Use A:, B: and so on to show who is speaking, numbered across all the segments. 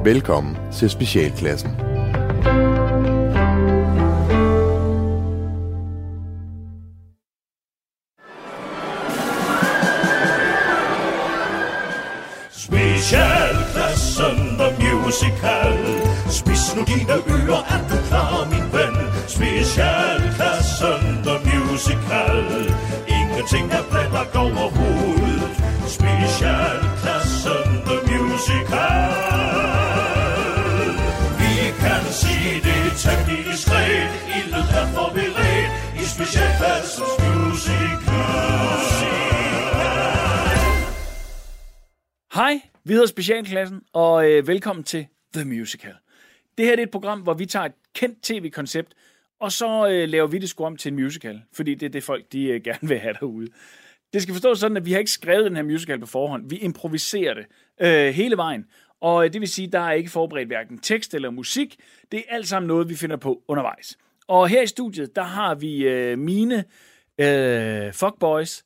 A: Velkommen til Specialklassen.
B: Specialklassen, the musical. Spids nu dine ører, er du klar, min ven? Specialklassen, the musical. Ingenting er planlagt overhovedet. Specialklassen, the musical. Vi kan sige det temmelig diskret. Ildet er forberedt i specialklassens musical.
C: Hej, vi hedder Specialklassen, og velkommen til The Musical. Det her er et program, hvor vi tager et kendt tv-koncept, og så laver vi det sgu om til en musical, fordi det er det folk, de gerne vil have derude. Det skal forstås sådan, at vi har ikke skrevet den her musical på forhånd. Vi improviserer det hele vejen, og det vil sige, at der er ikke forberedt hverken tekst eller musik. Det er alt sammen noget, vi finder på undervejs. Og her i studiet, der har vi mine fuckboys.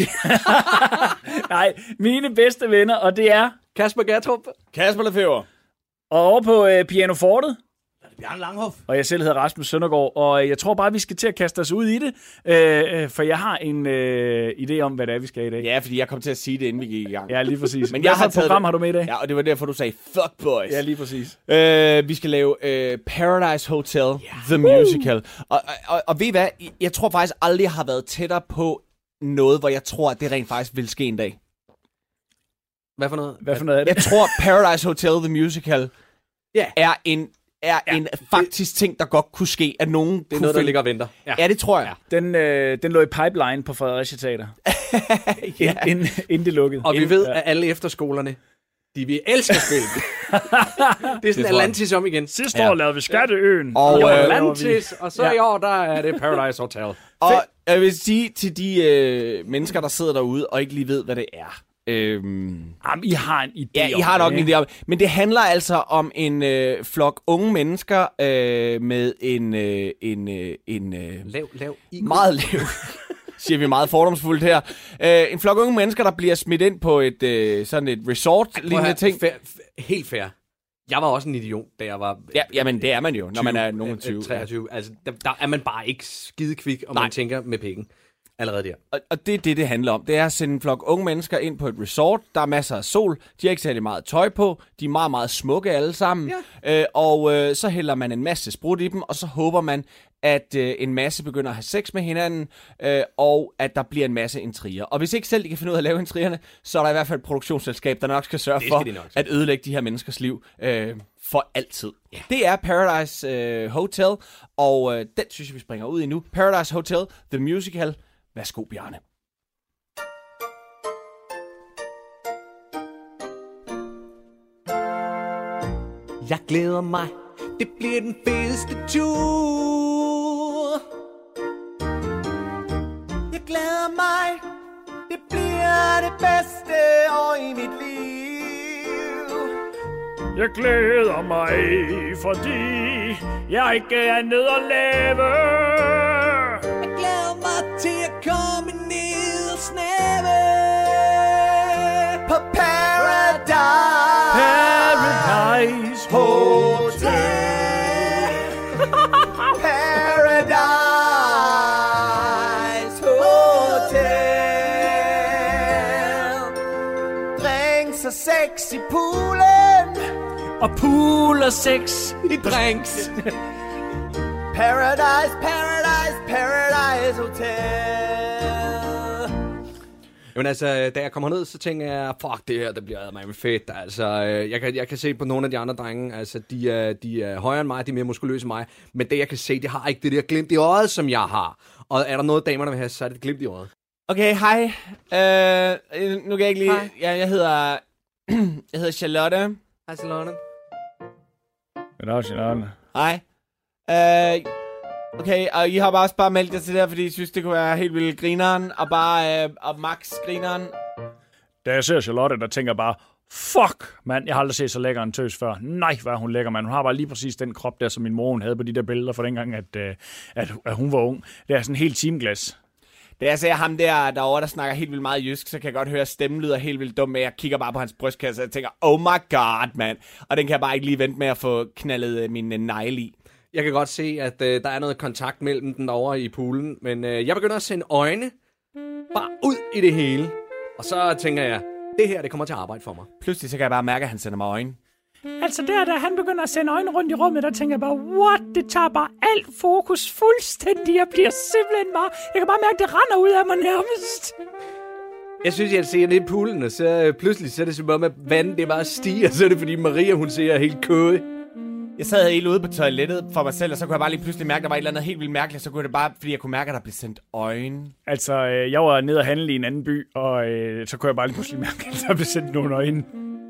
C: Nej, mine bedste venner, og det er
D: Kasper Gertrup, Kasper Lefebvre,
C: og over på pianofortet,
D: Bjørn Langhoff,
C: og jeg selv hedder Rasmus Søndergaard, og jeg tror bare, vi skal til at kaste os ud i det, for jeg har en idé om, hvad det er, vi skal i dag.
D: Ja, fordi jeg kom til at sige det, inden vi gik i gang.
C: Ja, lige præcis.
D: Men jeg har taget
C: program har du med i dag?
D: Ja, og det var derfor, du sagde, fuck boys.
C: Ja, lige præcis.
D: Vi skal lave Paradise Hotel, The Musical. Og ved I hvad? Jeg tror faktisk aldrig, jeg har været tættere på noget, hvor jeg tror, at det rent faktisk vil ske en dag.
E: Hvad for noget?
C: Hvad for noget er det?
D: Jeg tror, Paradise Hotel, The Musical, er en faktisk ting, der godt kunne ske, at nogen
E: det er noget, der ligger og venter.
D: Ja, det tror jeg.
C: Den lå i pipeline på Fredericia Teater. Inden det lukkede.
E: Og vi ved, at alle efterskolerne, de vil elske at spille. Det er sådan Atlantis om igen.
C: Sidste år lavede vi Skatteøen.
E: Og Atlantis, og så i år, der er det Paradise Hotel.
D: Og jeg vil sige til de mennesker, der sidder derude og ikke lige ved, hvad det er.
C: Jamen, I har en idé.
D: Ja, I har nok en idé om. Men det handler altså om en flok unge mennesker med en
E: lav
D: meget lav, siger vi meget fordomsfuldt her. En flok unge mennesker, der bliver smidt ind på et sådan et resort-lignende ting.
E: Helt fair. Jeg var også en idiot, da jeg var...
D: Ja, jamen det er man jo, 20, når man er nogen 20.
E: 23. Ja. Altså, der er man bare ikke skidekvik, og man tænker med pikken. Allerede der.
D: Og det er det handler om. Det er at sende en flok unge mennesker ind på et resort. Der er masser af sol. De har ikke særlig meget tøj på. De er meget, meget smukke alle sammen. Ja. Og så hælder man en masse sprut i dem, og så håber man, at en masse begynder at have sex med hinanden, og at der bliver en masse intriger. Og hvis ikke selv de kan finde ud af at lave intrigerne, så er der i hvert fald et produktionsselskab, der nok skal sørge for at ødelægge de her menneskers liv for altid. Yeah. Det er Paradise Hotel, og den synes jeg, vi springer ud i nu. Paradise Hotel, The Musical. Værsgo, Bjarne.
E: Jeg glæder mig. Det bliver den fedeste tur.
D: Jeg glæder mig. Det bliver det bedste år i mit liv.
C: Jeg glæder mig, fordi jeg ikke er nede og lave.
D: Jeg glæder mig til at komme ned og snæve på
C: Paradise
D: Hotel. Paradise Hotel. Drinks og sex i poolen.
C: og pool og sex
D: i drinks. Paradise, Paradise, Paradise Hotel.
E: Jamen altså, da jeg kommer ned, så tænker jeg, fuck det her, det bliver meget fedt. Altså, jeg kan se på nogle af de andre drenge, altså, de er højere end mig, de er mere muskuløse end mig. Men det, jeg kan se, det har ikke det der glimt i øjet, som jeg har. Og er der noget, damerne vil have, så er det et glimt i øjet.
D: Okay, hej. Nu kan jeg ikke lige... Jeg hedder Charlotte.
E: Hej, Charlotte.
C: Goddag, Charlotte.
D: Hej. Okay, og I har bare meldt jer til det her, fordi I synes, det kunne være helt vildt grineren, og bare og max grineren.
C: Da jeg ser Charlotte, der tænker bare, fuck, mand, jeg har aldrig set så lækker en tøs før. Nej, hvor er hun lækker, mand. Hun har bare lige præcis den krop der, som min mor hun havde på de der billeder fra dengang, at hun var ung. Det er sådan helt timeglas.
D: Da jeg ser ham derovre, der snakker helt vildt meget jysk, så kan jeg godt høre, at stemmen lyder helt vildt dum med. Jeg kigger bare på hans brystkasse, og jeg tænker, oh my god, mand. Og den kan jeg bare ikke lige vente med at få knaldet min negle i.
E: Jeg kan godt se, at der er noget kontakt mellem den over i poolen, men jeg begynder at sende øjne bare ud i det hele. Og så tænker jeg, det her, det kommer til at arbejde for mig.
D: Pludselig så kan jeg bare mærke, at han sender mig øjne.
F: Altså da han begynder at sende øjne rundt i rummet, der tænker jeg bare, what? Det tager bare alt fokus fuldstændig. Jeg bliver simpelthen bare... Jeg kan bare mærke, at det render ud af mig nærmest.
E: Jeg synes, jeg ser ned i poolen, og så pludselig så er det som om, at vandet det bare stiger. Og så er det, fordi Maria, hun ser helt køge.
D: Jeg sad helt ude på toilettet for mig selv, og så kunne jeg bare lige pludselig mærke, at der var et eller andet helt vildt mærkeligt. Så kunne det bare, fordi jeg kunne mærke, at der blev sendt øjne.
C: Altså, jeg var nede og handle i en anden by, og så kunne jeg bare lige pludselig mærke, at der blev sendt nogle øjne.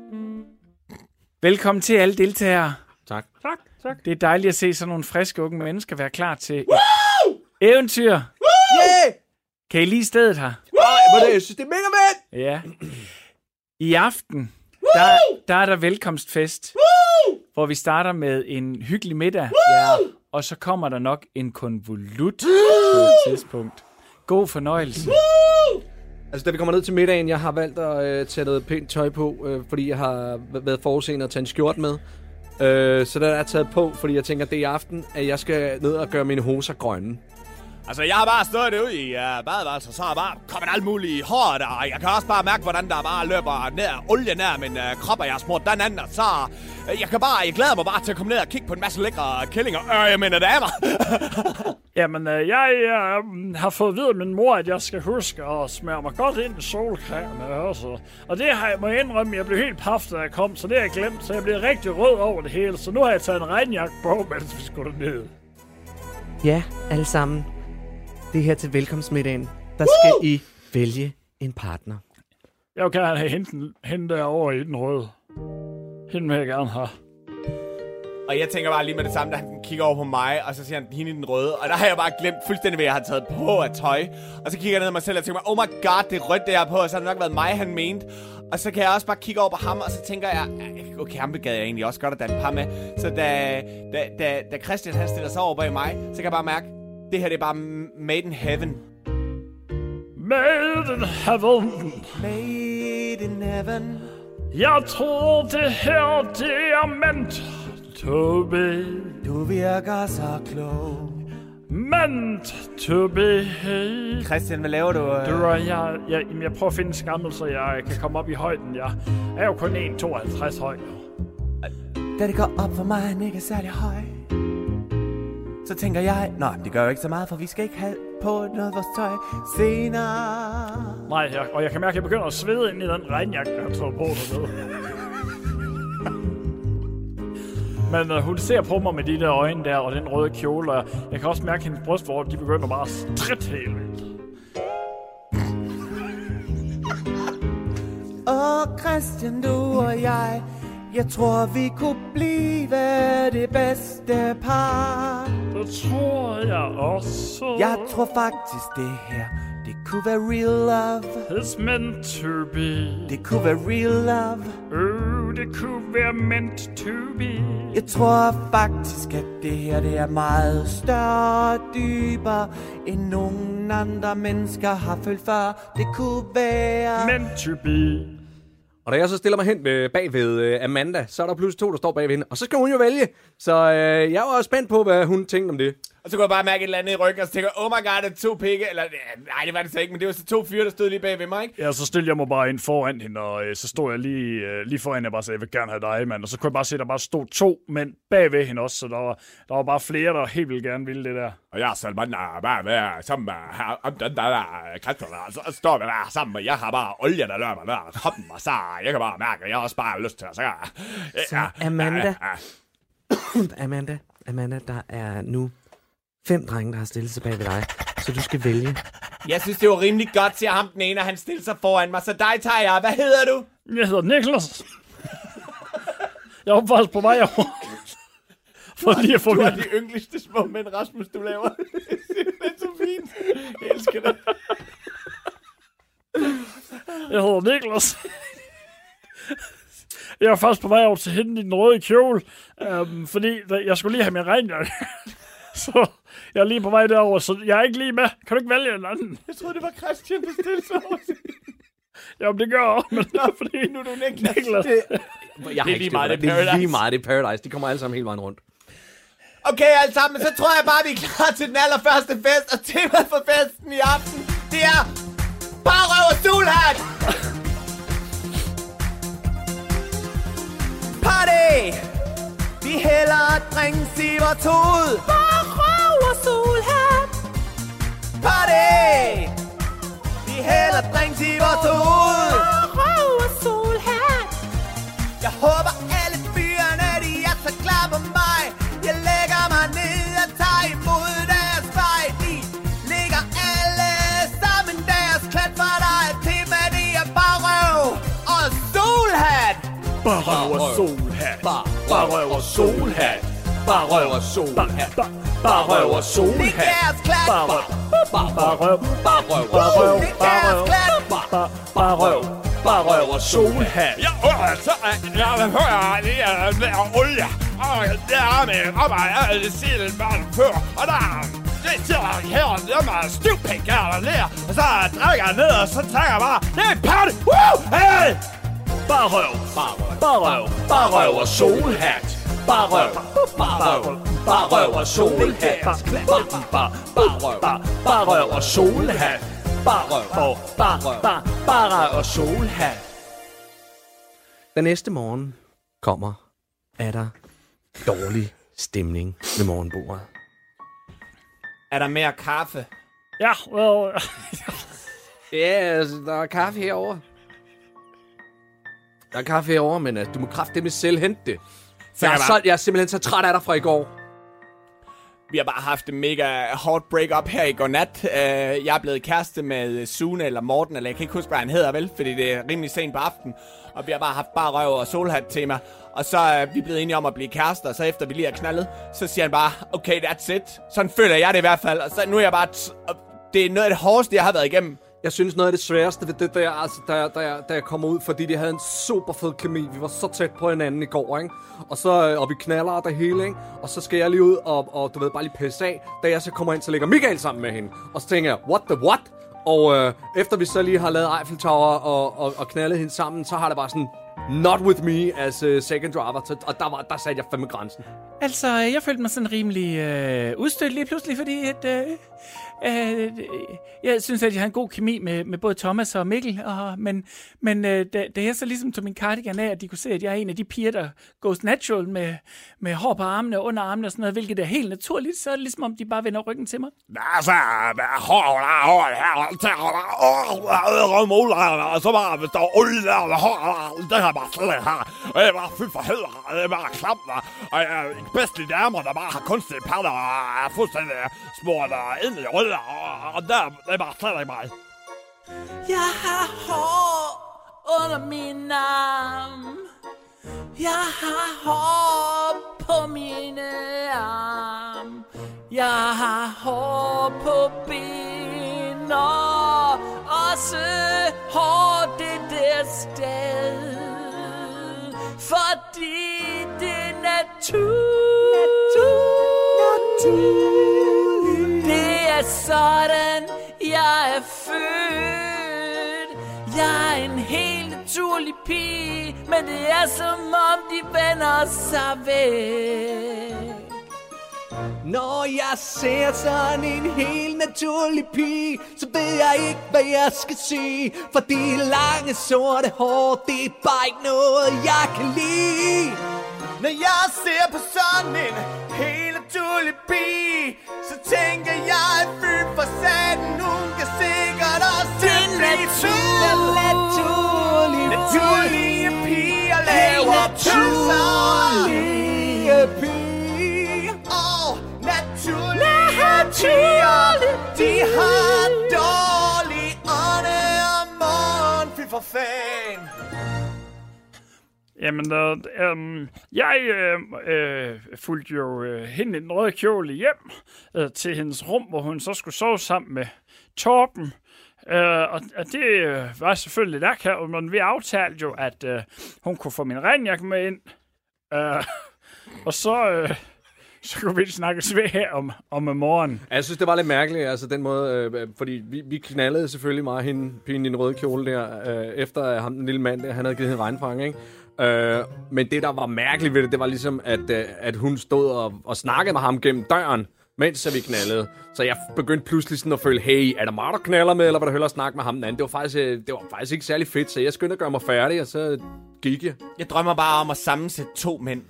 C: Velkommen til alle deltagere.
E: Tak.
C: Tak. Det er dejligt at se sådan nogle friske unge mennesker være klar til eventyr.
E: Yeah!
C: Kan I lide stedet her?
E: Jeg synes, det er mega fedt!
C: Ja. I aften, der er der velkomstfest, hvor vi starter med en hyggelig middag, og så kommer der nok en konvolut på et tidspunkt. God fornøjelse.
E: Altså, da vi kommer ned til middagen, jeg har valgt at tage noget pænt tøj på, fordi jeg har været forudseende at tage en skjort med. Så der er taget på, fordi jeg tænker, det er i aften, at jeg skal ned og gøre mine hoser grønne.
D: Altså, jeg har bare stået derude i badeværelset, så har bare kommet alt muligt hår der, og jeg kan også bare mærke, hvordan der bare løber ned olie ned min krop, og jeg har smurt den anden, og så jeg glæder mig bare til at komme ned og kigge på en masse lækre kællinger. Jeg mener damer.
F: Jamen, jeg har fået at vide af min mor, at jeg skal huske at smøre mig godt ind i solcreme også. Og det har jeg må indrømme, jeg blev helt paf, da jeg kom, så det har jeg glemt, så jeg blev rigtig rød over det hele. Så nu har jeg taget en regnjakke på, mens vi skulle ned.
E: Ja, alle sammen. Det er her til velkomstmiddagen. Der skal I vælge en partner.
F: Jeg vil gerne have hende derovre i den røde. Hende vil jeg gerne have.
D: Og jeg tænker bare lige med det samme, da han kigger over på mig, og så siger han, hende i den røde. Og der har jeg bare glemt fuldstændig, hvad jeg har taget på af tøj. Og så kigger jeg ned ad mig selv og tænker, oh my god, det er rødt, det er på. Og så har det nok været mig, han mente. Og så kan jeg også bare kigge over på ham, og så tænker jeg, okay, ham gad jeg egentlig også godt at danne par med. Så da Christian han stiller sig over bag mig, så kan jeg bare mærke, det her det er bare made in heaven.
F: Made in heaven.
D: Made in heaven.
F: Jeg tror, det her, det er meant to be.
D: Du virker så klog.
F: Meant to be.
D: Christian, hvad laver du?
F: Jeg prøver at finde en skammel, så jeg kan komme op i højden. Jeg er jo kun 1,52 høj.
D: Da det går op for mig, han ikke er særlig høj, så tænker jeg, det gør jo ikke så meget, for vi skal ikke have på noget vores tøj senere.
F: Nej, og jeg kan mærke, at jeg begynder at svede ind i den regnjakke, jeg har taget på dernede. Men hun ser på mig med de der øjne der, og den røde kjole, og jeg kan også mærke, at hendes brystvorter, de begynder bare at stritte helt vildt.
D: Christian, du og jeg tror, vi kunne blive det bedste par.
F: Det tror jeg også.
D: Jeg tror faktisk, det her, det kunne være real love.
F: It's meant to be.
D: Det kunne være real love.
F: Det kunne være meant to be.
D: Jeg tror faktisk, at det her, det er meget større og dybere, end nogen andre mennesker har følt før. Det kunne være
F: meant to be.
E: Og da jeg så stiller mig hen bagved Amanda, så er der pludselig 2, der står bagved hende. Og så skal hun jo vælge. Så jeg var spændt på, hvad hun tænkte om det.
D: Og så kunne jeg bare mærke et eller andet i ryggen, og så tænker jeg, oh my god, det er 2 pikke. Eller, nej, det var det så ikke, men det var så 2 fyre, der stod lige bagved mig, ikke?
F: Ja, så stillede jeg mig bare ind foran hende, og så stod jeg lige foran, og bare sagde, jeg vil gerne have dig, mand. Og så kunne jeg bare se, at der bare stod 2 mænd bagved hende også, så der var bare flere, der helt vildt gerne ville det der.
D: Og jeg selv bare være sammen med om den der Christian, og så står vi der sammen, og jeg har bare olie, der løber der, kroppen og så jeg kan bare mærke, at jeg også bare har lyst til at
E: så Amanda, der er nu 5 drenge, der har stillet sig bag ved dig, så du skal vælge.
D: Jeg synes, det var rimelig godt til ham, den ene, og han stiller sig foran mig, så dig tager jeg. Hvad hedder du?
F: Jeg hedder Niklas. Jeg er faktisk på vej over. For lige at få
D: du er de yngligste små mænd, Rasmus, du laver. Det er så fint. Jeg elsker det.
F: Jeg hedder Niklas. Jeg er faktisk på vej over til hende i den røde kjole, fordi jeg skulle lige have min regnjakke. Så jeg er lige på vej derover, så jeg er ikke lige med. Kan du ikke vælge en anden?
D: Jeg troede, det var Christian, der stillede sig også.
F: Jamen, det gør jeg også, men fordi
D: Nu er du Niklas.
E: Jeg
D: Det er lige meget, det er
E: det er
D: Paradise.
E: lige meget, det er Paradise. De kommer alle sammen hele vejen rundt.
D: Okay, alle sammen, så tror jeg bare, vi er klar til den allerførste fest. Og temaet for festen i aften, det er bare røv og solhat. Party! Vi hælder drinks i vores hoved. Bare røv og solhat. Party! Vi hælder drinks i vores hoved. Bare røv og solhat. Jeg håber alle fyrene, de er så klar på mig. Jeg lægger mig ned og tager imod deres vej. De ligger alle sammen deres klat for dig. Tema, det er bare røv og solhat.
C: Bare røv og solhat. Bare røv og solhat. Bare røv og solhat. Bare røv og solhat.
D: Det er deres klat.
C: Bare røv. Bare røv. Bare røv. Bare røv.
D: Det er deres klat.
C: Bare røv. Bare røv og solhat.
G: Jeg hører det er olie. Og det er med op og silen bare før. Og der det sidder her, der er meget stivpæk her der lærer. Og så trækker jeg ned, og så trækker jeg bare. Det er en party! Woo! Hey!
C: Bare røv. Bare røv. Bare røv og solhat. Bare røv. Bare røv. Bare røv og solhat. Bare røv og solhat. Bare røv og solhat.
E: Den næste morgen er der dårlig stemning ved morgenbordet.
D: Er der mere kaffe?
F: ja, well,
E: Ja, altså, der er kaffe herovre. Der er kaffe herovre, men du må kraftedeme selv hente det. Jeg er simpelthen så træt af dig fra i går.
D: Vi har bare haft en mega hårdt break-up her i går nat. Jeg er blevet kæreste med Sune eller Morten, eller jeg kan ikke huske, hvad han hedder, vel? Fordi det er rimelig sent på aftenen. Og vi har bare haft bare røv og solhat-tema. Og så er vi blevet enige om at blive kærester, og så efter vi lige er knaldet, så siger han bare, okay, that's it. Sådan føler jeg det i hvert fald. Og så nu er jeg bare... det er noget af det hårdeste, jeg har været igennem.
E: Jeg synes, noget af det sværeste ved det der, altså, da jeg kom ud, fordi de havde en super fed kemi. Vi var så tæt på hinanden i går, ikke? Og vi knaller og det hele, ikke? Og så skal jeg lige ud og du ved, bare lige pisse af. Da jeg så kommer ind, så ligger Michael sammen med hende. Og så tænker jeg, what the what? Og efter vi så lige har lavet Eiffel Tower og knaldet hende sammen, så har det bare sådan, not with me as second driver. Og der satte jeg fandme grænsen.
C: Altså, jeg følte mig sådan rimelig udstødt lige pludselig, fordi at... jeg synes, at jeg har en god kemi med både Thomas og Mikkel, men da jeg så ligesom tog min cardigan af, at de kunne se, at jeg er en af de piger, der goes natural med hår på armene og under armene og sådan noget, hvilket er helt naturligt, så er det ligesom, om de bare vender ryggen til mig.
G: Altså, og så bare, hvis der er olie der, det har jeg bare slet ikke her. Og jeg er bare fyldt for helvede, og det er bare klamt, og jeg er bedst i damer, der bare har kunstige patter, og er fuldstændig smurt ind i olie, og der det er bare slet ikke mig.
C: Jeg har hår under min arm. Jeg har hår på mine arm. Jeg har hår på ben og også hår det der sted. Fordi det er natur. Det er sådan, jeg er født. Jeg er en helt naturlig pige, men det er som om de vender sig væk.
E: Når jeg ser sådan en helt naturlig pige, så ved jeg ikke, hvad jeg skal sige. For de lange sorte hår, det er bare ikke noget, jeg kan lide.
D: Når jeg ser på sådan en helt naturlig pige, så tænker jeg, fy for satan, hun kan sikkert også blive naturlige piger laver naturlige piger. Naturlige piger, de har dårlig ånde om morgen, fy for fan.
F: Jamen, jeg fulgte jo hende i den røde kjole hjem til hendes rum, hvor hun så skulle sove sammen med Torben. Og det var selvfølgelig lidt akavet, men vi aftalte jo, at hun kunne få min regnjakke med ind. Og så så kunne vi snakke svært om morgenen.
E: Jeg synes, det var lidt mærkeligt, altså den måde, fordi vi knaldede selvfølgelig meget hende, pigen i den røde kjole der, efter ham, den lille mand der, han havde givet hende regnfang, ikke? Men det, der var mærkeligt ved det var ligesom, at hun stod og snakkede med ham gennem døren, mens vi knaldede. Så jeg begyndte pludselig sådan at føle, hey, er der mig, der knaller med, eller var der hellere snakke med ham den anden? Det var faktisk ikke særlig fedt, så jeg skyndte at gøre mig færdig, og så gik jeg.
D: Jeg drømmer bare om at sammensætte 2 mænd.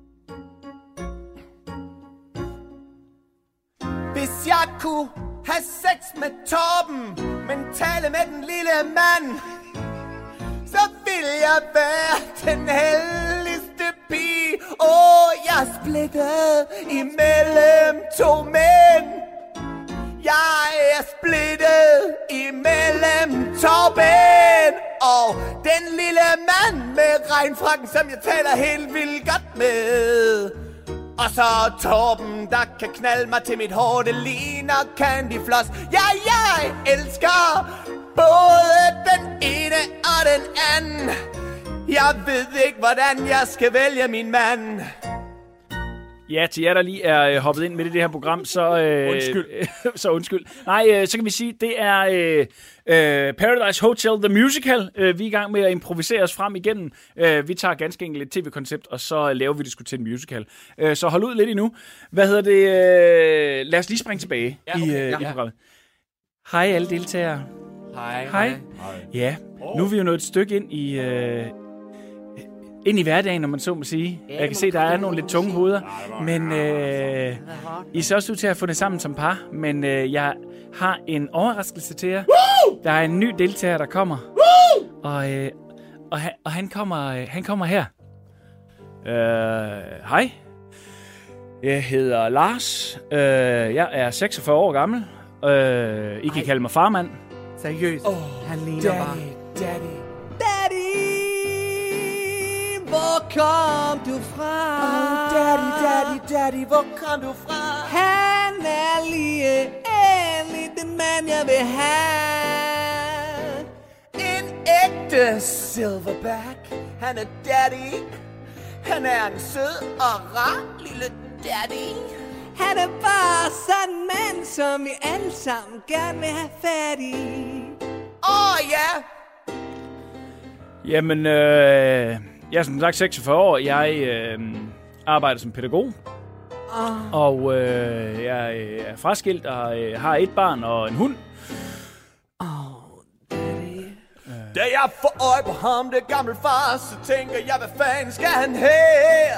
D: Hvis jeg kunne have sex med Torben, men tale med den lille mand, så ville jeg være den heldigste pige. Jeg er splittet imellem 2 mænd. Jeg er splittet imellem Torben og den lille mand med regnfrakken, som jeg taler helt vildt godt med. Og så Torben, der kan knalde mig til mit hår, det ligner Candy Floss. Ja, jeg elsker både den ene og den anden. Jeg ved ikke, hvordan jeg skal vælge min mand.
C: Ja, til jer, der lige er hoppet ind med det her program, så...
D: Undskyld.
C: Så undskyld. Nej, så kan vi sige, det er Paradise Hotel The Musical. Vi er i gang med at improvisere os frem igennem. Vi tager ganske enkelt et tv-koncept, og så laver vi det sgu til en musical. Så hold ud lidt endnu. Hvad hedder det? Lad os lige springe tilbage i programmet. Hej alle deltagere. Hej. Ja, nu er vi jo nået et stykke ind i hverdagen, når man så må sige. Jeg kan se, der er nogle lidt tunge hoveder. Men I ser også ud til at have fundet sammen som par. Men jeg har en overraskelse til jer. Der er en ny deltager, der kommer. Og han kommer her. Hej. Jeg hedder Lars. Jeg er 46 år gammel. I kan kalde mig farmand.
H: Seriøst. Han ligner bare... Daddy, hvor kom du fra? Daddy, hvor kom du fra? Han er lige endelig den mand, jeg vil have. En ægte silverback. Han er daddy. Han er en sød og rar lille daddy. Han er bare sådan en mand, som vi alle sammen gerne vil have fat i. Ja.
C: Jamen, jeg er som sagt 46 år. Jeg arbejder som pædagog. Og jeg er fraskilt og har et barn og en hund.
H: Daddy.
D: Da jeg får øje på ham, det gamle far, så tænker jeg, hvad fanden skal han her?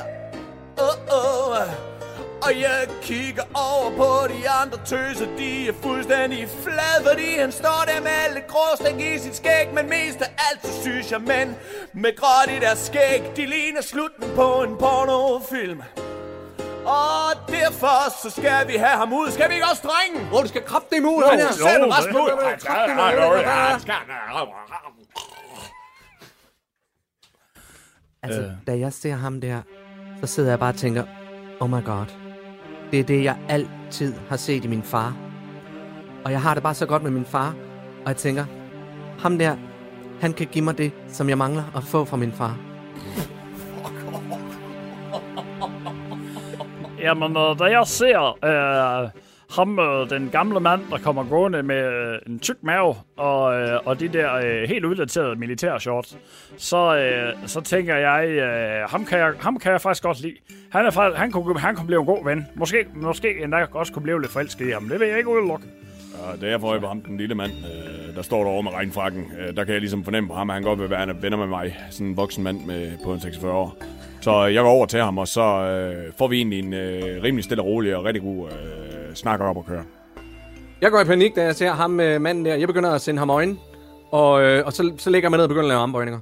D: Og jeg kigger over på de andre tøser, de er fuldstændig flade, fordi han står der med alle gråstæk i sit skæg. Men mest af alt, så synes jeg, mænd med gråt i deres skæg, de ligner slutningen på en pornofilm. Og derfor så skal vi have ham ud. Skal vi ikke også, drenge?
E: Du skal kraftedeme ud.
D: Han er selv resten ud.
H: Altså, da jeg ser ham der, så sidder jeg bare og tænker, oh my god. Det er det, jeg altid har set i min far. Og jeg har det bare så godt med min far. Og jeg tænker, ham der, han kan give mig det, som jeg mangler at få fra min far.
F: Jamen, da jeg ser ham, den gamle mand, der kommer gående med en tyk mave og de der helt uddaterede militære shorts, så tænker jeg, ham kan jeg faktisk godt lide. Han kunne blive en god ven. Måske endda også kunne blive lidt forelsket i ham. Det vil jeg ikke udelukke.
I: Da jeg får øje på ham, den lille mand, der står derovre med regnfrakken, der kan jeg ligesom fornemme på ham, at han godt vil være venner med mig. Sådan en voksen mand på en 46 år. Så jeg går over til ham, og så får vi egentlig en rimelig stille og rolig og rigtig god snak op og køre.
E: Jeg går i panik, da jeg ser ham manden der. Jeg begynder at sende ham øjne, og så lægger jeg mig ned og begynder at lave armbøjninger.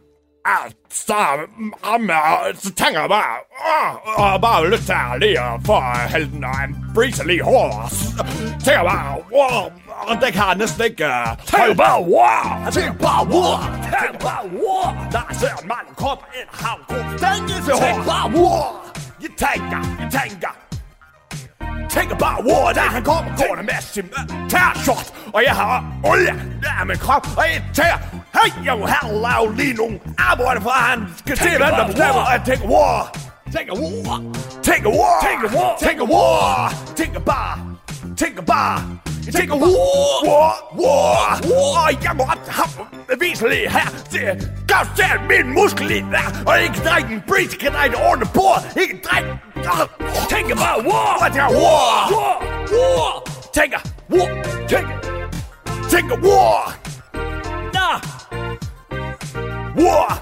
G: Så tænker jeg bare lyst til at lige for at hælde den breezer lige hårdere. Tænker bare, det kan jeg næsten ikke. Tænker bare, der ser en mand komme ind og have god tænke til hårdt. Jeg tænker bare, da han kommer gående med sin tærshort, og jeg har olie der med krop, og jeg tænker, hey, jeg vil have lavet lige nogle arbejde, for han skal se, hvem der bestemmer, og jeg tænker, Take a war. Take a war. Take a war. Take a war. Take a bar. Take a bar. Take a war. Jeg må beviseligt her til gavstjern min muskel i der. Og ikke drikke en breeze, kan drikke det ordentligt bord. Ikke drikke. Take a bar. War. Take a war. Take a war. Take a war. Nah. War.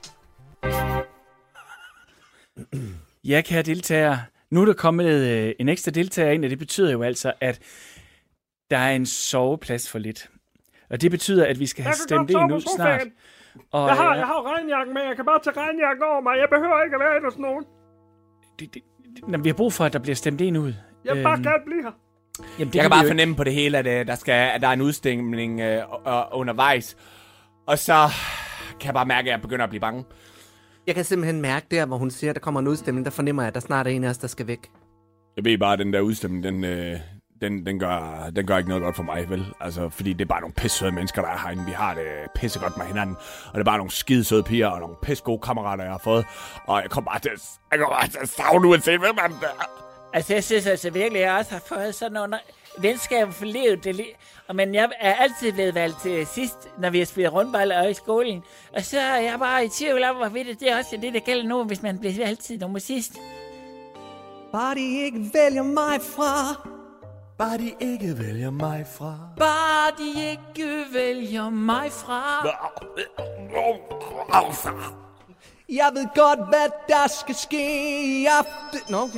C: Ja, kære deltagere. Nu er der kommet en ekstra deltager ind, og det betyder jo altså, at der er en soveplads for lidt. Og det betyder, at vi skal have stemt en ud snart. Og,
F: jeg har regnjakken med. Jeg kan bare tage regnjakken over mig. Jeg behøver ikke at være hos nogen.
C: Vi har brug for, at der bliver stemt en ud.
F: Jeg vil bare gerne blive her.
D: Jamen, jeg kan bare fornemme på det hele, at der er en udstemning undervejs. Og så kan jeg bare mærke, at jeg begynder at blive bange.
E: Jeg kan simpelthen mærke der, hvor hun siger, at der kommer en udstemning, der fornemmer jeg, at der snart er en af os, der skal væk.
I: Jeg ved bare, at den der udstemning, den gør ikke noget godt for mig, vel? Altså, fordi det er bare nogle pissesøde mennesker, der er herinde. Vi har det pissegodt med hinanden. Og det er bare nogle skidesøde piger og nogle pissegode kammerater, jeg har fået. Og jeg kommer bare til at savne uanset, hvem man der.
J: Altså, jeg synes altså virkelig, at jeg også har fået sådan nogle venskaber for livet. Men jeg er altid blevet valgt til sidst, når vi har spillet rundballer i skolen. Og så er jeg bare i tvivl om, hvorvidt det er også det, der gælder nu, hvis man bliver altid nummer sidst.
H: Bare de ikke vælger mig fra.
A: Bare de ikke vælger mig fra.
J: Bare de ikke vælger mig fra.
H: Jeg ved godt, hvad der skal ske i aften. Nå, okay.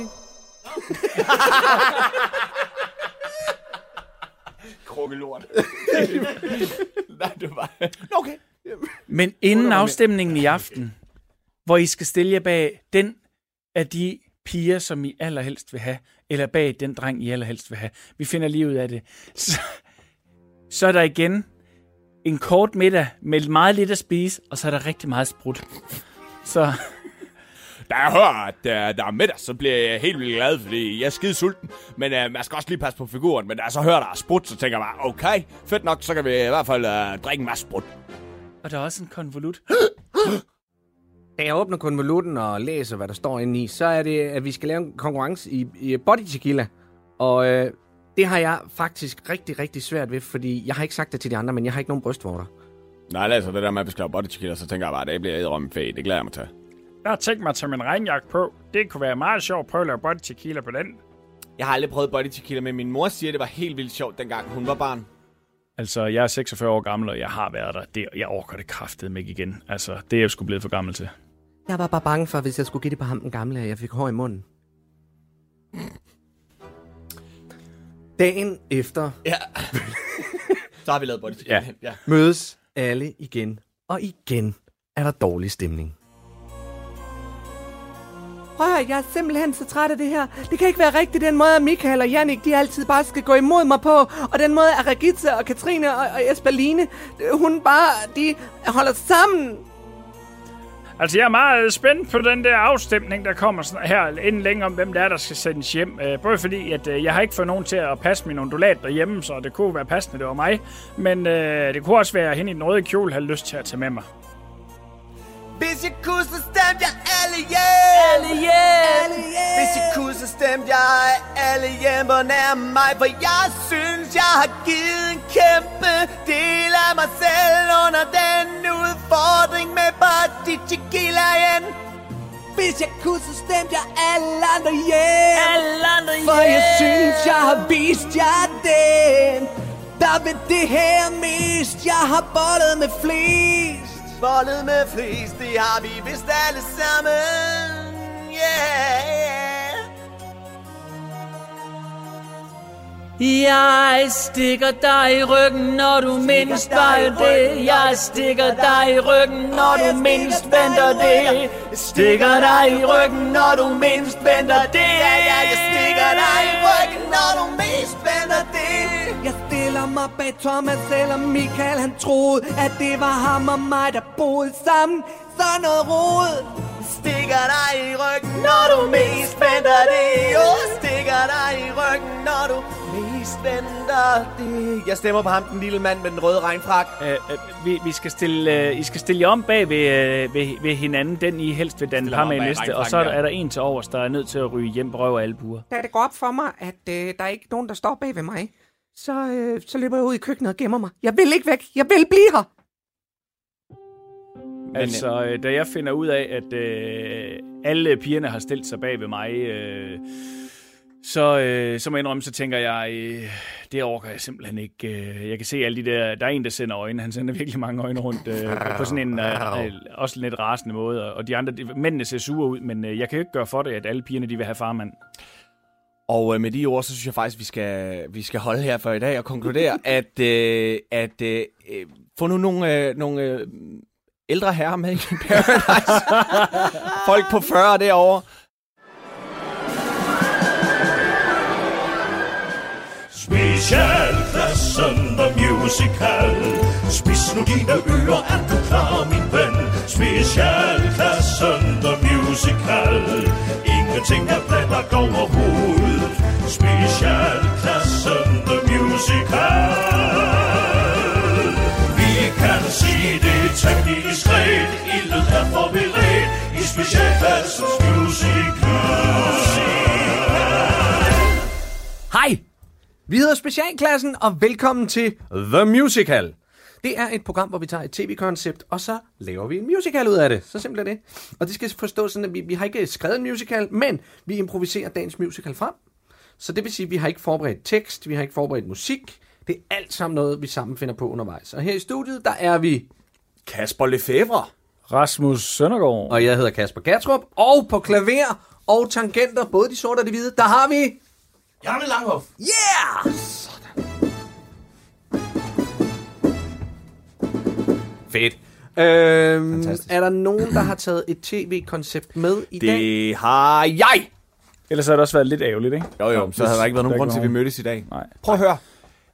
D: Krukkelort. Nej, det var... Okay.
C: Men inden afstemningen i aften, hvor I skal stille jer bag den af de piger, som I allerhelst vil have, eller bag den dreng, I allerhelst vil have. Vi finder lige ud af det. Så er der igen en kort middag med meget lidt at spise, og så er der rigtig meget sprut. Så...
I: Da jeg hører, at der er middag, så bliver jeg helt vildt glad, fordi jeg er skide sulten. Men man skal også lige passe på figuren. Men da jeg så hører, der er sprut, så tænker jeg bare, okay, fedt nok, så kan vi i hvert fald drikke en masse sprut.
C: Og der er også en konvolut.
E: Da jeg åbner konvolutten og læser, hvad der står inde i, så er det, at vi skal lave en konkurrence i body tequila. Og det har jeg faktisk rigtig, rigtig svært ved, fordi jeg har ikke sagt det til de andre, men jeg har ikke nogen brystvorter.
I: Nej, altså det der med at beskrive body tequila, så tænker jeg bare, at det bliver edderrømme fedt. Det glæder jeg mig til.
F: Jeg har tænkt mig at tage min regnjakke på. Det kunne være meget sjovt at prøve at lave body tequila på den.
D: Jeg har aldrig prøvet body tequila, men min mor siger, at det var helt vildt sjovt, dengang hun var barn.
C: Altså, jeg er 46 år gammel, og jeg har været der. Jeg orker det kraftedeme ikke igen. Altså, det er jeg sgu blevet for gammel til.
E: Jeg var bare bange for, hvis jeg skulle give det på ham den gamle, at jeg fik hår i munden. Dagen efter
D: Ja. Så har vi lavet body tequila. Ja.
E: mødes alle igen. Og igen er der dårlig stemning.
H: Prøv at høre, jeg er simpelthen så træt af det her. Det kan ikke være rigtigt, den måde, at Michael og Jannik, de altid bare skal gå imod mig på. Og den måde, at Regitze og Katrine og Esperline, hun bare, de holder sammen.
F: Altså, jeg er meget spændt på den der afstemning, der kommer her inden længe om, hvem der er, der skal sendes hjem. Både fordi, at jeg har ikke fået nogen til at passe min ondulat derhjemme, så det kunne være passende, det var mig. Men det kunne også være, at hende i den røde kjole havde lyst til at tage med mig.
H: Hvis jeg kunne, så stemte jeg alle hjem. Hvis jeg kunne, så stemte jeg alle hjem og nær mig. For jeg synes, jeg har givet en kæmpe del af mig selv under den udfordring med body tequila igen. Hvis jeg kunne, så stemte jeg alle andre hjem. For jeg synes, jeg har vist jer den, der ved det her mest. Jeg har bollet med flest. Bollet med flest, det har vi vist alle sammen. Yeah.
J: Jeg stikker dig i ryggen, når du mindst venter det. Jeg stikker dig i ryggen, når du mindst venter det. Stikker dig i ryggen, når du mindst venter det.
H: Jeg stikker dig i ryggen, når du mindst venter det. Jeg stiller mig bag Thomas, selvom Michael han troede, at det var ham og mig, der boede sammen. Sådan noget rod. Stikker dig i ryggen, når du mest venter det. Jo, stikker dig i ryggen, når du mest
D: sidst venter det. Jeg stemmer på ham, den lille mand med den røde regnfrak.
C: I skal stille jer om bag ved hinanden. Den I helst vil danne par med i næste. Og så er der en til overs, der er nødt til at ryge hjem på røv og albuer.
H: Da det går op for mig, at der er ikke nogen, der står bag ved mig, så løber jeg ud i køkkenet og gemmer mig. Jeg vil ikke væk. Jeg vil blive her.
C: Altså, da jeg finder ud af, at alle pigerne har stillet sig bag ved mig, så må jeg indrømme, så tænker jeg, det orker jeg simpelthen ikke. Jeg kan se alle de der er en, der sender øjne. Han sender virkelig mange øjne rundt på sådan en også lidt rasende måde. Og de andre, mændene ser sure ud, men jeg kan jo ikke gøre for det, at alle pigerne, de vil have farmand.
D: Og med de ord, så synes jeg faktisk, vi skal holde her for i dag og konkludere, at få nu nogle ældre herrer med i Paradise. Folk på 40 derovre.
B: Specialklassen The Musical. Spids nu dine ører, er du klar, min ven? Specialklassen The Musical. Ingenting er planlagt overhovedet. Specialklassen The Musical. Vi kan sige det temmelig diskret. Ildet er forberedt i specialklassens musical.
E: Hej! Vi hedder Specialklassen, og velkommen til The Musical. Det er et program, hvor vi tager et tv-koncept, og så laver vi en musical ud af det. Så simpelt er det. Og det skal forstås sådan, at vi har ikke skrevet en musical, men vi improviserer dagens musical frem. Så det vil sige, at vi har ikke forberedt tekst, vi har ikke forberedt musik. Det er alt sammen noget, vi sammen finder på undervejs. Og her i studiet, der er vi
D: Kasper Lefebvre,
C: Rasmus Søndergaard,
E: og jeg hedder Kasper Gatrup. Og på klaver og tangenter, både de sorte og de hvide, der har vi
B: Janne Langhoff.
E: Yeah! Fedt. Er der nogen, der har taget et tv-koncept med i dag?
D: Det har jeg!
C: Ellers har det også været lidt ærgerligt, ikke?
D: Jo, så havde der ikke været nogen grund til, at vi mødtes i dag.
C: Nej.
D: Prøv at høre.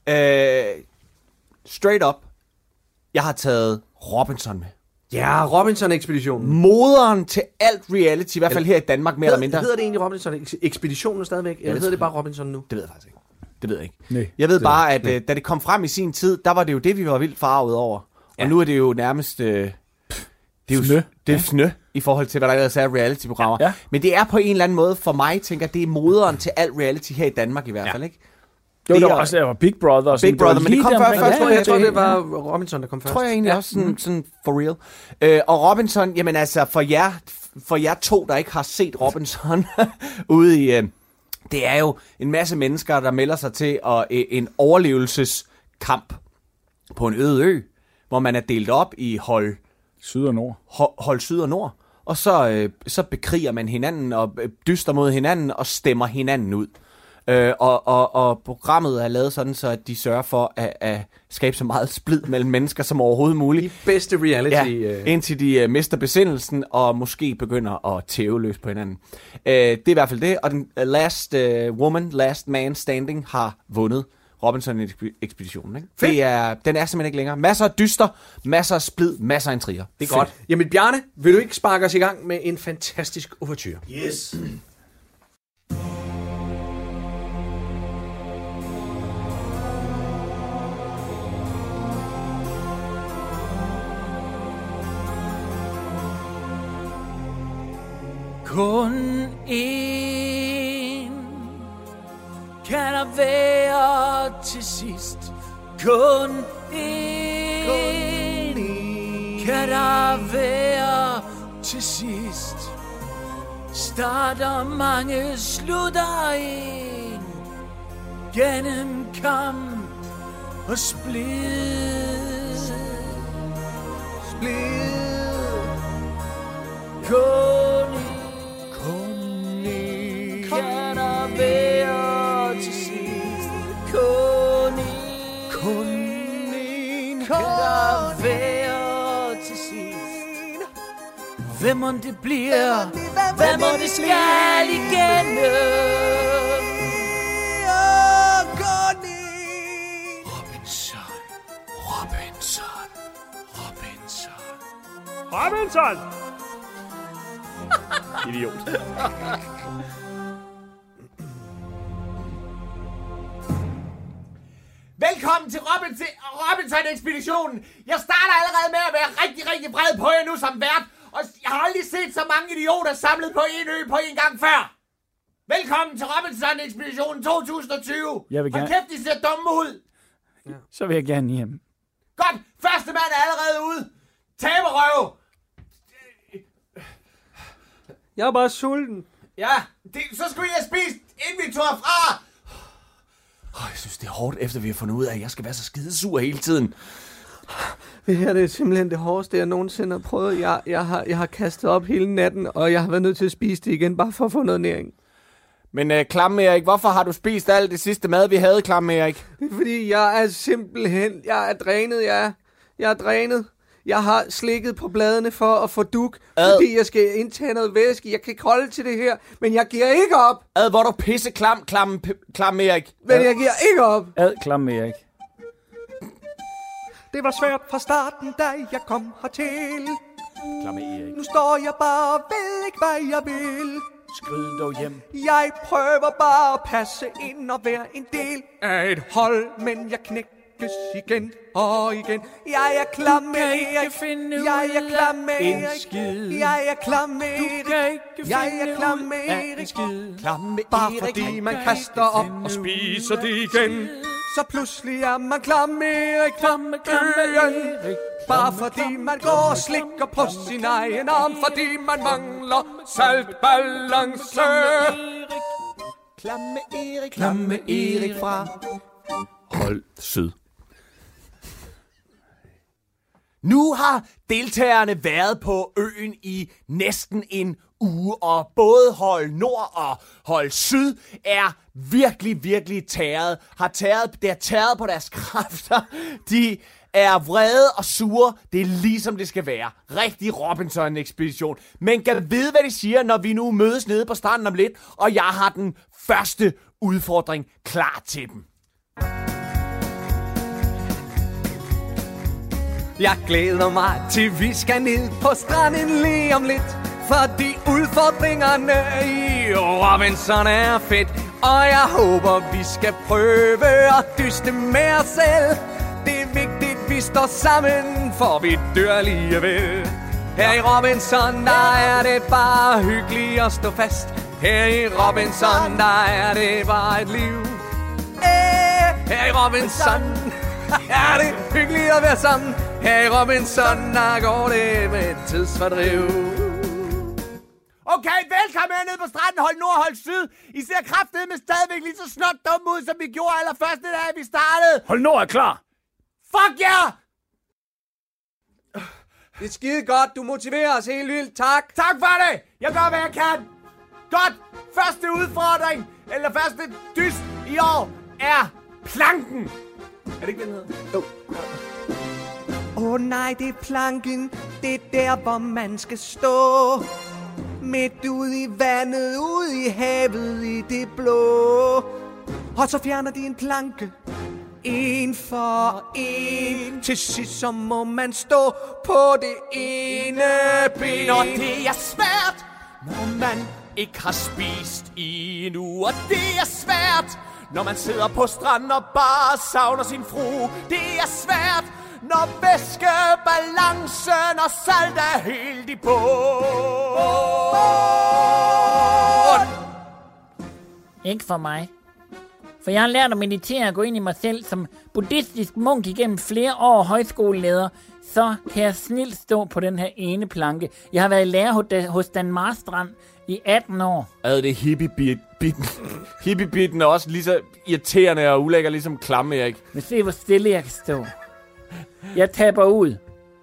D: Straight up. Jeg har taget Robinson med.
E: Ja, Robinson-ekspeditionen.
D: Moderen til alt reality, i hvert fald her i Danmark, mere eller mindre.
E: Hedder det egentlig Robinson-ekspeditionen stadigvæk? Eller hedder det bare Robinson nu?
D: Det ved jeg faktisk ikke. Det ved jeg ikke.
C: Nej.
D: Jeg ved bare, at da det kom frem i sin tid, der var det jo det, vi var vildt farvet over. Og nu er det jo nærmest... det er jo snø i forhold til, hvad der ellers er reality-programmer. Ja. Men det er på en eller anden måde, for mig, tænker det er moderen til alt reality her i Danmark i hvert fald, ikke?
C: Jo, der var også Big Brother.
D: Big Brother, men det kom først.
E: Jeg tror, det var Robinson, der kom først.
D: Tror jeg egentlig også sådan for real. Og Robinson, jamen altså, for jer to, der ikke har set Robinson ude i... det er jo en masse mennesker, der melder sig til en overlevelseskamp på en øde ø, hvor man er delt op i hold
C: syd og nord.
D: Hold syd og nord. Og så bekriger man hinanden og dyster mod hinanden og stemmer hinanden ud. Og programmet er lavet sådan, så at de sørger for at skabe så meget splid mellem mennesker som overhovedet muligt.
E: De bedste reality.
D: Ja, indtil de mister besindelsen og måske begynder at tæve løs på hinanden. Det er i hvert fald det, og den last man standing har vundet Robinson-ekspeditionen. Ikke? Den er simpelthen ikke længere. Masser af dyster, masser af splid, masser af intriger.
E: Det er godt. Jamen Bjarne, vil du ikke sparke os i gang med en fantastisk ouverture?
B: Yes.
J: Kun en kan der være til sidst. Kun en kan der være til sidst. Starter mange, slutter en. Gennem kamp og splid. Kun en kan der være til sidst. Kun en kan der være til sidst. Hvem må det bliver? Hvem må det skal igennem?
F: Robinson!
C: Idiot.
H: Velkommen til Robinson-ekspeditionen. Jeg starter allerede med at være rigtig, rigtig vred på jer nu som vært. Og jeg har aldrig set så mange idioter samlet på en ø på en gang før. Velkommen til Robinson-ekspeditionen 2020.
C: Jeg vil gerne...
H: Hold kæft, de ser dumme ud.
C: Ja. Så vil jeg gerne hjem.
H: Godt, første mand er allerede ude. Taberøv.
E: Jeg er bare sulten.
H: Ja, så skulle I have spist, inden vi tog fra. Jeg synes, det er hårdt, efter vi har fundet ud af, at jeg skal være så skidesur hele tiden.
E: Det her det er simpelthen det hårdeste, jeg nogensinde har prøvet. Jeg har kastet op hele natten, og jeg har været nødt til at spise det igen, bare for at få noget næring.
D: Men Klamme Erik, hvorfor har du spist alt det sidste mad, vi havde, Klamme Erik?
E: Det er fordi, jeg er simpelthen... Jeg er drænet, jeg er drænet. Jeg har slikket på bladene for at få duk, fordi jeg skal indtage noget væske. Jeg kan ikke holde til det her, men jeg giver ikke op.
D: Hvor er du pisse Klamme Erik.
E: Men jeg giver ikke op.
C: Klamme Erik.
E: Det var svært fra starten, da jeg kom hertil.
D: Klamme Erik.
E: Nu står jeg bare og ved ikke, hvad jeg vil.
C: Skrid dog hjem.
E: Jeg prøver bare at passe ind og være en del af et hold, men jeg knækkes igen og igen. Jeg er Klamme Erik. Jeg er Klamme Erik. Jeg er Klamme Erik. Jeg er Klamme Erik. Bare fordi man kaster op og spiser det igen, så pludselig er man Klamme Erik fra øen. Bare fordi man går og slikker på sin egen arm, fordi man mangler saltbalance.
H: Klamme Erik. Klamme Erik fra
D: Hold syd.
H: Nu har deltagerne været på øen i næsten en uge, og både hold nord og hold syd er virkelig, virkelig tæret. Det har tæret på deres kræfter. De er vrede og sure. Det er ligesom det skal være. Rigtig Robinson-ekspedition. Men kan vide, hvad de siger, når vi nu mødes nede på stranden om lidt, og jeg har den første udfordring klar til dem.
E: Jeg glæder mig til vi skal ned på stranden lige om lidt, fordi udfordringerne i Robinson er fedt. Og jeg håber vi skal prøve at dyste med os selv. Det er vigtigt vi står sammen, for vi dør alligevel. Her i Robinson der er det bare hyggeligt at stå fast. Her i Robinson der er det bare et liv. Her i Robinson er det hyggeligt at være sammen. Her i Robinson, der går det med tidsfordriv.
H: Okay, velkommen hernede på stranden. Hold nord, hold syd. I ser kraftedeme stadigvæk lige så snot dumme ud, som vi gjorde allerførste dag, vi startede.
C: Hold nord er klar.
H: Fuck jer!
E: Det er skide godt, du motiverer os helt vildt. Tak.
H: Tak for det. Jeg gør, hvad jeg kan. Godt. Første udfordring, eller første dyst i år, er planken. Er det ikke den hedder?
E: Åh nej, det er planken. Det er der, hvor man skal stå. Midt ude i vandet, ude i havet, i det blå. Og så fjerner de en planke. En for en. Til sidst så må man stå på det ene ben.
H: Og det er svært, når man ikke har spist i en uge. Og det er svært, når man sidder på stranden og bare savner sin frue. Det er svært, når væskebalancen og salt er helt i bund.
J: Ikke for mig. For jeg har lært at meditere og gå ind i mig selv som buddhistisk munk igennem flere år højskoleleder. Så kan jeg snilt stå på den her ene planke. Jeg har været lærer hos Dan Marstrand i 18 år.
D: Det hippie-bitten. Hippie-bitten er også lige så irriterende og ulækker, ligesom Klamme Erik.
J: Men se, hvor stille jeg kan stå. Jeg taber ud.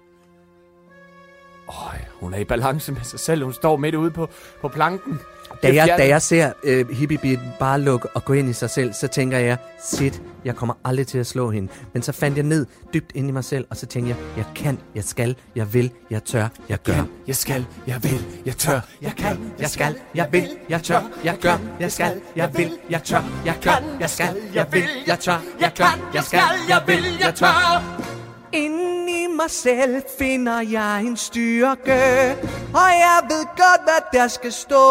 D: Hun er i balance med sig selv. Hun står midt ude på planken.
E: Da jeg ser Hippie-bitten bare lukke og gå ind i sig selv, så tænker jeg, shit, jeg kommer aldrig til at slå hende. Men så fandt jeg ned dybt ind i mig selv, og så tænkte jeg kan, jeg skal, jeg vil, jeg tør, jeg gør.
H: Jeg skal, jeg vil, jeg tør, jeg kan, jeg skal, jeg vil, jeg tør, jeg gør. Jeg skal, jeg vil, jeg tør, jeg gør. Jeg skal, jeg vil, jeg tør, jeg gør. Jeg skal, jeg vil, jeg tør.
E: Inde i mig selv finder jeg en styrke, og jeg ved godt, hvad der skal stå.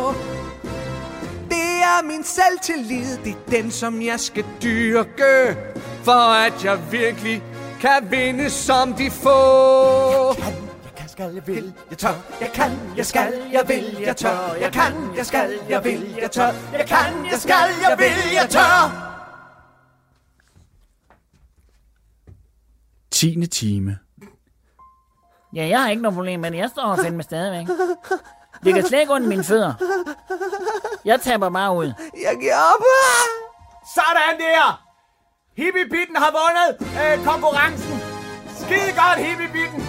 E: Det er min selvtillid, det er den, som jeg skal dyrke. for at jeg virkelig kan vinde som de få.
H: Skal, jeg vil, jeg tør. Jeg kan, jeg skal, jeg vil, jeg tør. Jeg kan, jeg skal, jeg vil, jeg tør. Jeg kan, jeg skal, jeg vil, jeg tør.
C: 10. time.
J: Ja, jeg har ikke noget problem med det. Jeg står og finder mig stadigvæk. Det kan slet ikke under mine fødder. Jeg taber bare ud.
H: Jeg giver op.
D: Sådan der! Hippie-bitten har vundet konkurrencen. Skide godt, Hippie-bitten.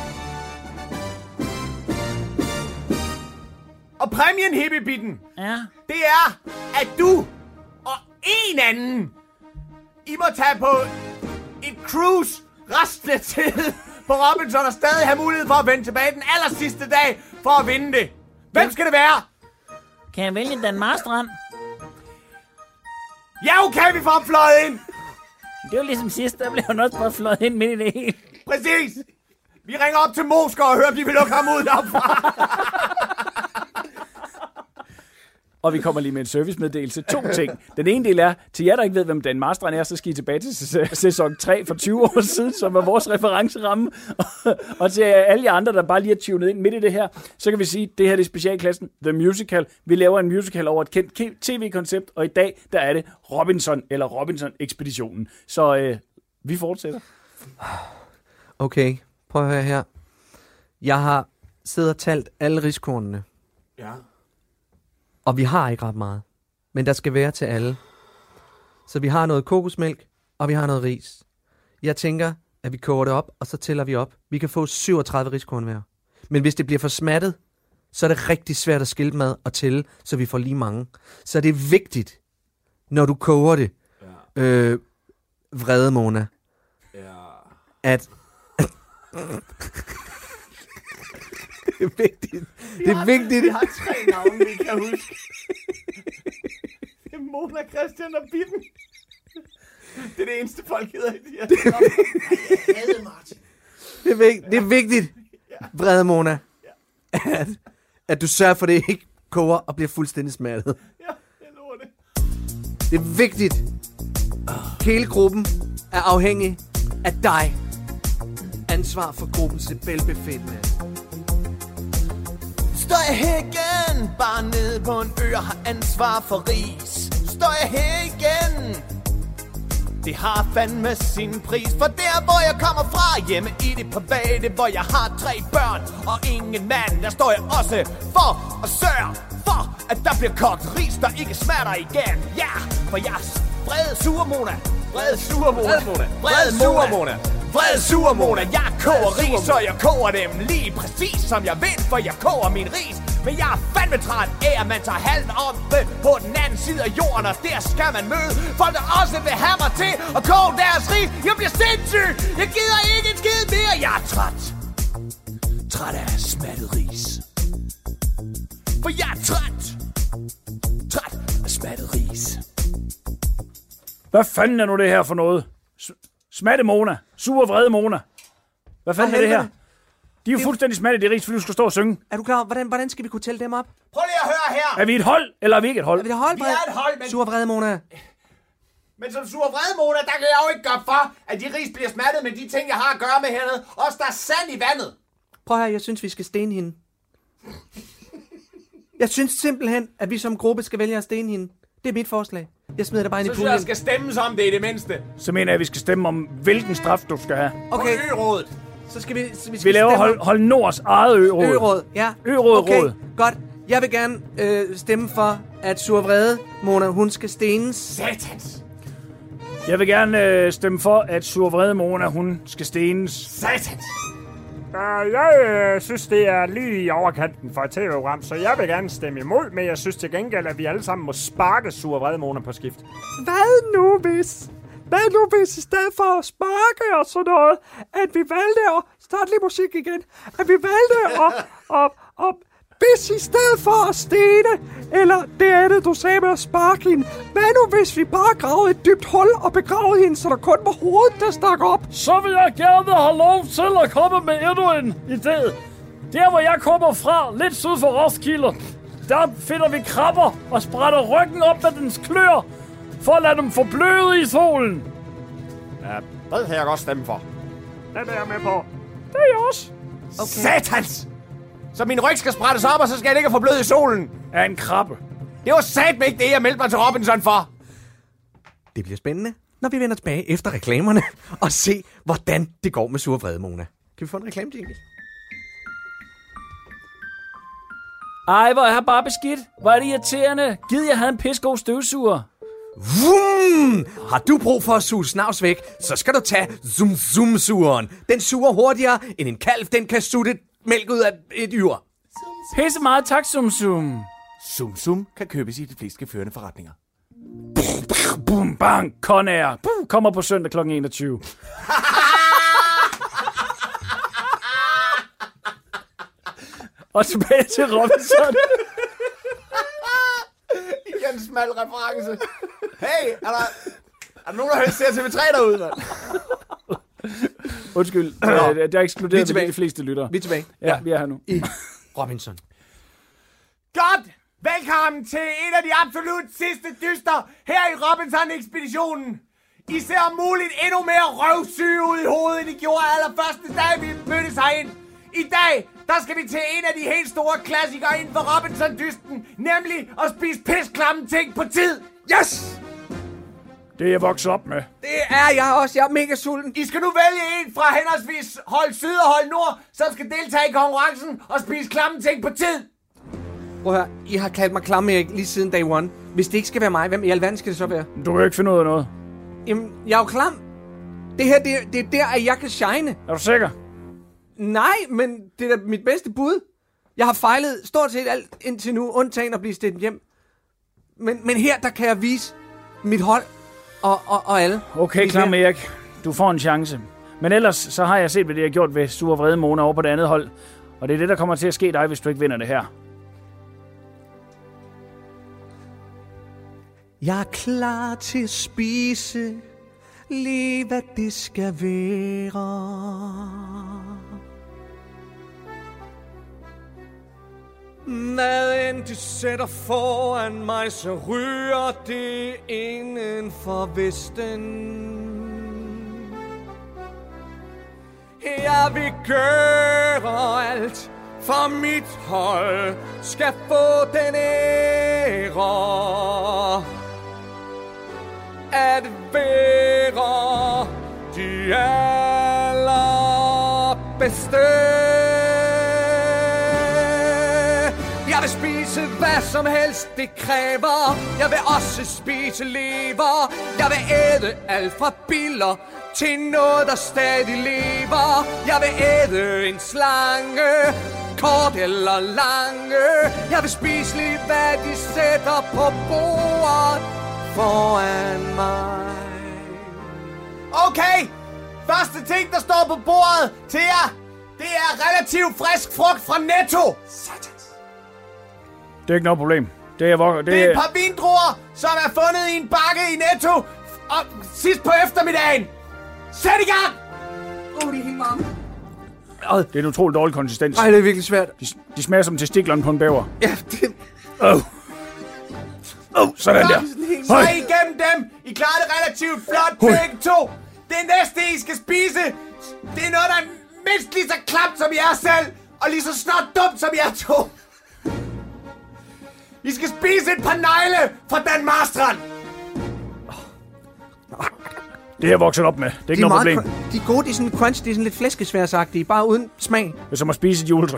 D: Og præmien, Hippie-bitten,
J: Ja.
D: det er, at du og en anden, I må tage på et cruise resten af tiden på Robinson og stadig have mulighed for at vende tilbage den aller sidste dag for at vinde det. Hvem skal det være?
J: Kan jeg vælge Dan Marstrand?
D: Ja, okay, vi får fløjet ind.
J: Det var ligesom sidst, der blev han også bare fløjet ind midt i det hele.
D: Præcis. Vi ringer op til Moskva og hører, om de vil lukke ham ud derfra.
C: Og vi kommer lige med en servicemeddelelse. 2 ting. Den ene del er, til jer, der ikke ved, hvem Dan Marstrand er, så skal I tilbage til sæson 3 for 20 år siden, som er vores referenceramme. Og til alle jer andre, der bare lige er tunet ind midt i det her, så kan vi sige, at det her er specialklassen The Musical. Vi laver en musical over et kendt tv-koncept, og i dag, der er det Robinson, eller Robinson-ekspeditionen. Så vi fortsætter.
E: Okay, prøv at høre her. Jeg har siddet og talt alle riskornene.
D: Ja.
E: Og vi har ikke ret meget. Men der skal være til alle. Så vi har noget kokosmælk, og vi har noget ris. Jeg tænker, at vi koger det op, og så tæller vi op. Vi kan få 37 riskorn hver. Men hvis det bliver for smattet, så er det rigtig svært at skille mad og tælle, så vi får lige mange. Så det er vigtigt, når du koger det, vrede Mona, at... Det er vigtigt. Det er vigtigt.
D: Vi har 3 navne, vi kan huske. Det er Mona, Christian og Bitten. Det er det eneste, folk hedder i de her.
E: Det er vigtigt, vrede Mona, at du sørger for, det ikke koger og bliver fuldstændig smattet.
D: Ja, jeg lover det.
E: Det er vigtigt. Hele gruppen er afhængig af dig. Ansvar for gruppens velbefindende.
H: Står jeg her igen, bare nede på en ø og har ansvar for ris. Står jeg her igen. Det har fandme sin pris, for der hvor jeg kommer fra, hjemme i det private, hvor jeg har 3 børn og ingen mand, der står jeg også for at sørge for, at der bliver kogt ris, der ikke smatter igen. Ja, for jeg er vrede surmona. Vrede surmona. Vrede surmona. Vrede surmona. Jeg koger ris, og jeg koger dem lige præcis som jeg vil, for jeg koger min ris. Men jeg er fandme træt af, at man tager halvt om det på den anden side af jorden, og der skal man møde folk, der også vil have mig til at koge deres ris. Jeg bliver sindssyg. Jeg gider ikke en skid mere. Jeg er træt. Træt af smattet ris. For jeg er træt. Træt af smattet ris.
C: Hvad fanden er nu det her for noget? Smatte Mona. Super vrede Mona. Hvad fanden er det her? De er jo fuldstændig smatte i det ris, fordi du skal stå og synge.
E: Er du klar? Hvordan skal vi kunne tælle dem op?
D: Prøv lige at høre her.
C: Er vi et hold, eller er vi ikke et hold?
E: Er vi et hold,
D: Vi er et hold, men...
E: Sur vrede Mona.
D: Men som sur vrede Mona, der kan jeg jo ikke gøre for, at de ris bliver smattet med de ting, jeg har at gøre med hernede. Også der er sand i vandet.
E: Prøv her, jeg synes, vi skal stene hende. Jeg synes simpelthen, at vi som gruppe skal vælge at stene hende. Det er mit forslag. Jeg smider det bare ind i
D: Så
E: puljen.
D: jeg skal stemmes om det i det mindste.
C: Så mener jeg, at vi skal stemme om, hvilken straf du skal have.
E: Okay.
D: På ø-rådet.
E: Så skal vi
C: Vi laver hold Nords eget ø-råd.
E: Ø-råd, ja.
C: Ø-råd,
E: okay,
C: råd.
E: godt. Jeg vil gerne stemme for, at Sur vrede Mona, hun skal stenes.
D: Satans.
C: Jeg vil gerne stemme for, at Sur vrede Mona, hun skal stenes.
D: Satans.
F: Jeg synes, det er lige i overkanten for et tv-program, så jeg vil gerne stemme imod, men jeg synes til gengæld, at vi alle sammen må sparke Sur vrede Mona på skift.
K: Hvad nu hvis i stedet for at sparke og sådan noget, at vi valgte at starte lige musik igen, at vi valgte at hvis i stedet for at stene, eller det andet, du sagde med at sparke hende, hvad nu hvis vi bare gravede et dybt hul og begravede hende, så der kun var hovedet, der stak op?
F: Så vil jeg gerne have lov til at komme med endnu en idé. Der, hvor jeg kommer fra, lidt syd for Roskilde, der finder vi krabber og sprætter ryggen op med dens klør, for at lade dem forbløde i solen.
D: Det kan jeg godt stemme for.
K: Den er jeg med på. Det er jeg også.
D: Okay. Satans! Så min ryg skal sprættes op, og så skal jeg ligge og forbløde i solen.
C: Er en krabbe.
D: Det var satme ikke det, jeg meldte mig til Robinson for.
E: Det bliver spændende, når vi vender tilbage efter reklamerne og se, hvordan det går med Sur og Vrede, Mona. Kan vi få en reklame-jingle?
C: Ej, hvor er jeg bare beskidt. Hvor er det irriterende. Gid jeg havde en pissegod støvsuger.
E: Vroom! Har du brug for at suge snavs væk, så skal du tage Zoom-Zoom-sugeren. Den suger hurtigere, end en kalv, den kan sutte mælk ud af et yr.
C: Pisse meget tak, Zoom Zoom.
D: Zoom Zoom kan købes i de fleste førende forretninger.
C: Bum, bang, Conair. Kommer på søndag kl. 21. Og tilbage til Robinson.
D: Igen en smal reference. Hey, er der nogen, der hører TV3 derude, mand?
C: Undskyld, det er ekskluderet med de fleste lyttere.
E: Vi er tilbage.
C: Ja, vi er her nu.
E: I Robinson.
D: Godt! Velkommen til en af de absolut sidste dyster her i Robinson-ekspeditionen. I ser om muligt endnu mere røvsyge ud i hovedet, end I gjorde allerførste dag, vi mødtes herind. I dag, der skal vi til en af de helt store klassikere inden for Robinson-dysten, nemlig at spise pisklamme ting på tid.
E: Yes!
C: Det er jeg vokset op med.
E: Det er jeg også. Jeg er mega sulten.
D: I skal nu vælge en fra henholdsvis hold syd og hold nord, som skal deltage i konkurrencen og spise klamme ting på tid.
E: Prøv at høre, I har kaldt mig klamme lige siden day one. Hvis det ikke skal være mig, hvem i alverden skal det så være?
C: Du kan jo ikke finde ud af noget.
E: Jamen, jeg er jo klam. Det her, det er der, at jeg kan shine.
C: Er du sikker?
E: Nej, men det er da mit bedste bud. Jeg har fejlet stort set alt indtil nu, undtagen at blive stedt hjem. Men her, der kan jeg vise mit hold og alle.
C: Okay, klam Erik. Du får en chance. Men ellers, så har jeg set, hvad det har gjort ved Sur og Vrede Mona over på det andet hold. Og det er det, der kommer til at ske dig, hvis du ikke vinder det her.
H: Jeg er klar til at spise lige hvad det skal være. Hvad end du sætter foran mig, så ryger det inden for Vesten. Jeg vil gøre alt, for mit hold skal få den ære at være de allerbedste. Jeg vil spise hvad som helst det kræver. Jeg vil også spise lever. Jeg vil æde alt fra biller til noget der stadig lever. Jeg vil æde en slange, kort eller lange. Jeg vil spise lige hvad de sætter på bordet foran mig.
D: Okay, første ting, der står på bordet til jer, det er relativt frisk frugt fra Netto.
C: Det er ikke noget problem.
D: Det er et par vindruer, som er fundet i en bakke i Netto og sidst på eftermiddagen. Sæt i gang!
E: Det er helt varmt.
C: Det er en utrolig dårlig konsistens.
E: Nej, det er virkelig svært.
C: De smager som testiklerne på en bæver.
E: Ja, det...
C: Sådan der.
D: Så er I igennem dem. I klarer det relativt flot begge to. Det næste, I skal spise, det er noget, der er mindst lige så klamt som jer selv, og lige så snart dumt som jer to. I skal spise et par negle fra Dan Marstrand.
C: Det er jeg vokset op med. Det er ikke noget problem.
E: De er gode, de er sådan crunch, de er sådan lidt flæskesværsagtige, bare uden smag.
C: Det er som at spise et juletræ.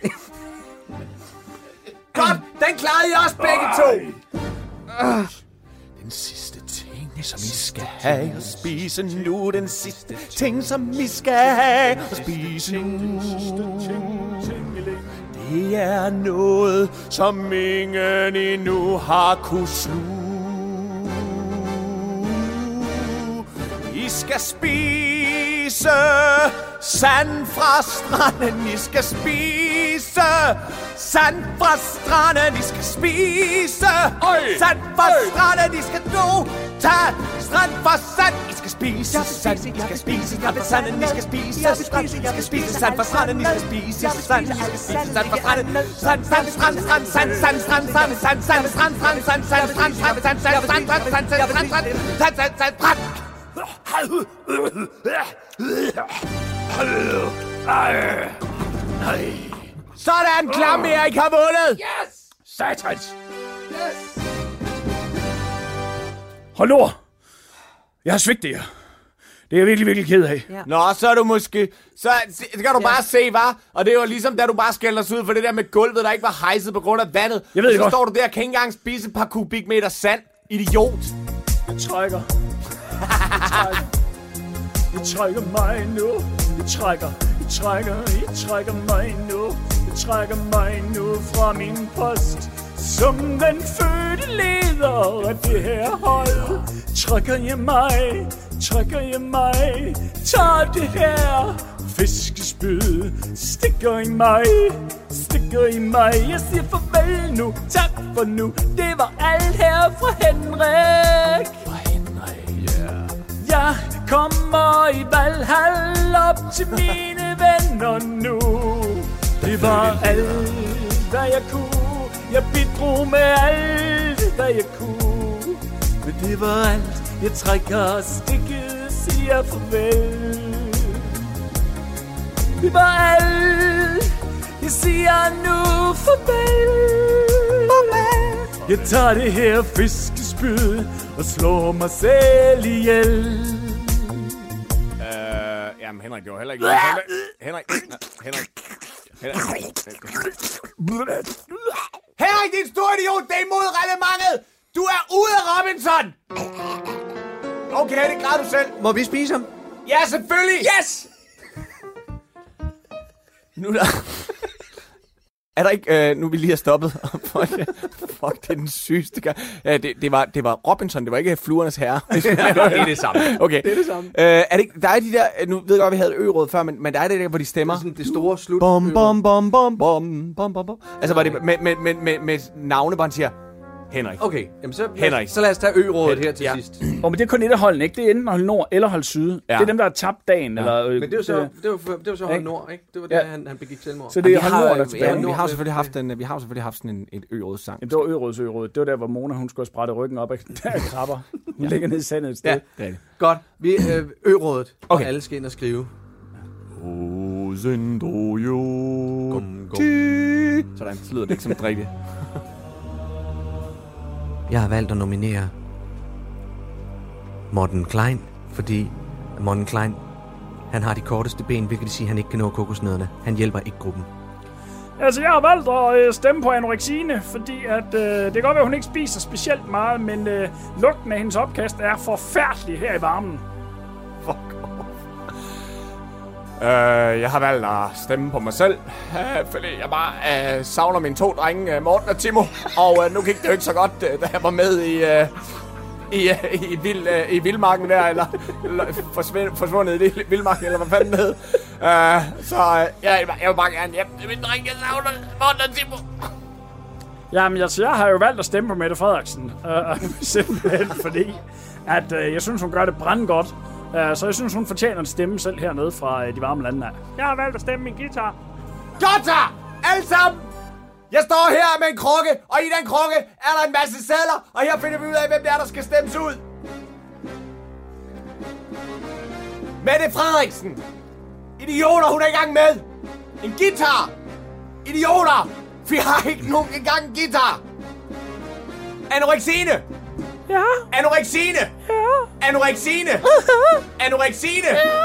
D: Godt, den klarede I også begge to.
A: Den sidste ting, som I skal have at spise nu. Den sidste ting, som I skal have at spise nu. Det er noget, som ingen endnu har kunne sluge. I skal spise sand fra stranden. I skal spise sand fra stranden. I skal spise sand fra stranden. I skal nu tage strand for sand. I skal spise sand. I skal spise sand fra stranden. I skal spise sand. I skal spise sand fra stranden. I skal spise sand. I skal spise sand fra stranden. Sand, sand, strand, strand, sand, sand, strand, sand, sand, sand, strand, strand, sand, sand, strand, strand, sand, sand, strand, strand, sand, sand, strand. Sådan, Klam Erik har vundet!
C: Yes! Satans! Yes! Hold ord! Jeg har svigtet jer. Det er jeg virkelig, virkelig ked af.
A: Ja. Nå, så er du måske... Så kan du bare se, hva'? Og det var ligesom, da du bare skældte os ud for det der med gulvet, der ikke var hejset på grund af vandet.
C: Jeg ved det
A: så
C: godt.
A: står du der og kan ikke engang spise et par kubikmeter sand. Idiot.
F: Jeg trækker. I trækker mig nu. I trækker mig nu. I trækker mig nu fra min post. Som den fødte leder af det her hold. Trækker jeg mig. Tager det her fiskespyd. Stikker i mig. Jeg siger farvel nu. Tak for nu. Det var alt her fra Henrik. Jeg kommer i Valhall op til mine venner nu. Det var alt, hvad jeg kunne. Jeg bidrog med alt, hvad jeg kunne. Men det var alt. Jeg trækker stikket, siger farvel. Det var alt. Jeg siger nu farvel. Jeg tager det her fiskespyd og slår mig selv ihjel.
A: Jamen, Henrik, det var heller ikke... Henrik, din store idiot, det er imod reglementet! Du er ude, Robinson! Okay, det klarer du selv.
E: Må vi spise ham?
A: Ja, selvfølgelig!
C: Yes!
D: Nu der... Er der ikke... nu vi lige har stoppet. Fuck, det er den sygeste gang. Ja, det var Robinson, det var ikke Fluernes Herre.
E: Det er det samme.
D: Okay.
E: Det er det samme.
D: Er det ikke... Der er de der... Nu ved jeg godt, vi havde ø-råd før, men der er det der, hvor de stemmer.
E: Det er sådan det store slut.
D: Bom, bom, bom, bom, bom, bom, bom. Altså, var det med navne, hvor han siger... Henrik.
E: Okay, jamen
D: Henrik.
E: så lad os tage ø-rådet her til sidst.
C: Men det er kun et af holdene, ikke? Det er enten hold nord eller hold syd. Ja. Det er dem, der har tabt dagen. Ja. Eller,
E: men det var så hold nord, ikke? Det var det, han begik selvmord.
C: Så det er hold nord, der tilbage.
D: Ja, vi har selvfølgelig haft sådan en ø-rådssang.
C: Ja, det var ø-rådet. Det var der, hvor Mona, hun skulle sprætte ryggen op af krabber. Hun ligger ned i sandet et sted.
D: Ja, det er det.
E: Godt. Vi ø-rådet, og alle skal ind og skrive.
D: Sådan, så lyder det ikke som drikke.
E: Jeg har valgt at nominere Morten Klein, fordi Morten Klein, han har de korteste ben, hvilket vil sige, at han ikke kan nå kokosnødderne. Han hjælper ikke gruppen.
F: Altså, jeg har valgt at stemme på Anoreksine, fordi at, det kan godt være, at hun ikke spiser specielt meget, men lugten af hendes opkast er forfærdelig her i varmen.
A: Fuck off. Jeg har valgt at stemme på mig selv, fordi jeg bare savner mine 2 drenge, Morten og Timo. Og nu gik det jo ikke så godt, da jeg var med i vildmarken der, eller forsvundet i vildmarken, eller hvad fanden det hed. Jeg vil bare gerne hjem til mine drenge, jeg savner Morten og Timo.
F: Jamen, jeg har jo valgt at stemme på Mette Frederiksen, simpelthen fordi, at jeg synes, hun gør det brandgodt. Så jeg synes, hun fortjener en stemme selv hernede fra de varme lande her. Jeg har valgt at stemme min guitar.
A: Godt så! Alle sammen! Jeg står her med en krukke, og i den krukke er der en masse sedler, og her finder vi ud af, hvem det er, der skal stemmes ud. Mette Frederiksen! Idioter, hun er i gang med! En guitar! Idioter! Vi har ikke nogen engang en guitar! Anoreksine!
F: Ja?
A: Anoreksine!
F: Ja?
A: Anoreksine! Anoreksine!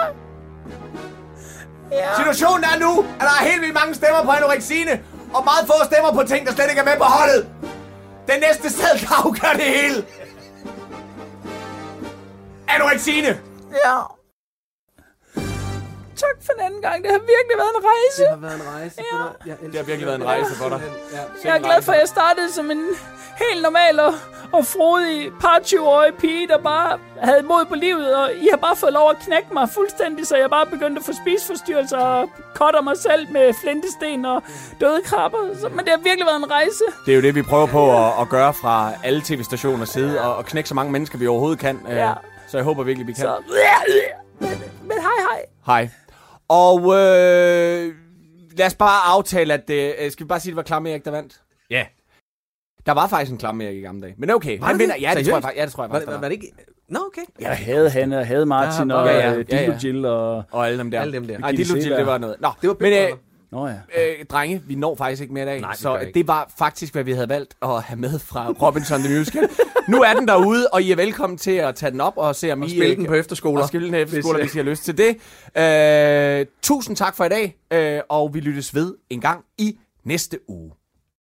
A: Ja. Situationen er nu, at der er helt vildt mange stemmer på Anoreksine, og meget få stemmer på ting, der slet ikke er med på holdet. Den næste seddel kan afgøre det hele. Anoreksine!
C: Ja. Tak for den anden gang. Det har virkelig været en rejse.
E: Det har været en rejse.
C: Ja.
D: Det har virkelig været en rejse for dig.
C: Jeg er glad for, at jeg startede som en helt normal og frodig par 20-årig pige, der bare havde mod på livet, og I har bare fået lov at knække mig fuldstændig, så jeg bare begyndte at få spiseforstyrrelser og cutter mig selv med flintesten og døde krabber. Men det har virkelig været en rejse.
D: Det er jo det, vi prøver på at gøre fra alle tv-stationers side, og knække så mange mennesker, vi overhovedet kan.
C: Ja.
D: Så jeg håber virkelig, vi kan.
C: Så... Men hej.
D: Hej. Og lad os bare aftale, at skal vi bare sige, at det var Klam Erik, der vandt?
E: Ja.
D: Der var faktisk en Klam Erik i gamle dage. Men okay, han vinder. Ja, det tror jeg faktisk.
E: Var det ikke... Nå, okay.
C: Jeg havde Hanne, og havde Martin, og Dildo Jill, og
D: alle dem der.
E: Alle dem der.
D: Nej, Dildo Jill, det var noget. Nå,
E: det var
D: men drenge, vi når faktisk ikke mere i dag.
E: Nej,
D: så det var faktisk, hvad vi havde valgt at have med fra Robinson the Musical. Nu er den derude, og I er velkommen til at tage den op og se, om I
E: spille den på efterskoler.
D: Og spille den på efterskoler, hvis I har lyst til det. Tusind tak for i dag, og vi lyttes ved en gang i næste uge.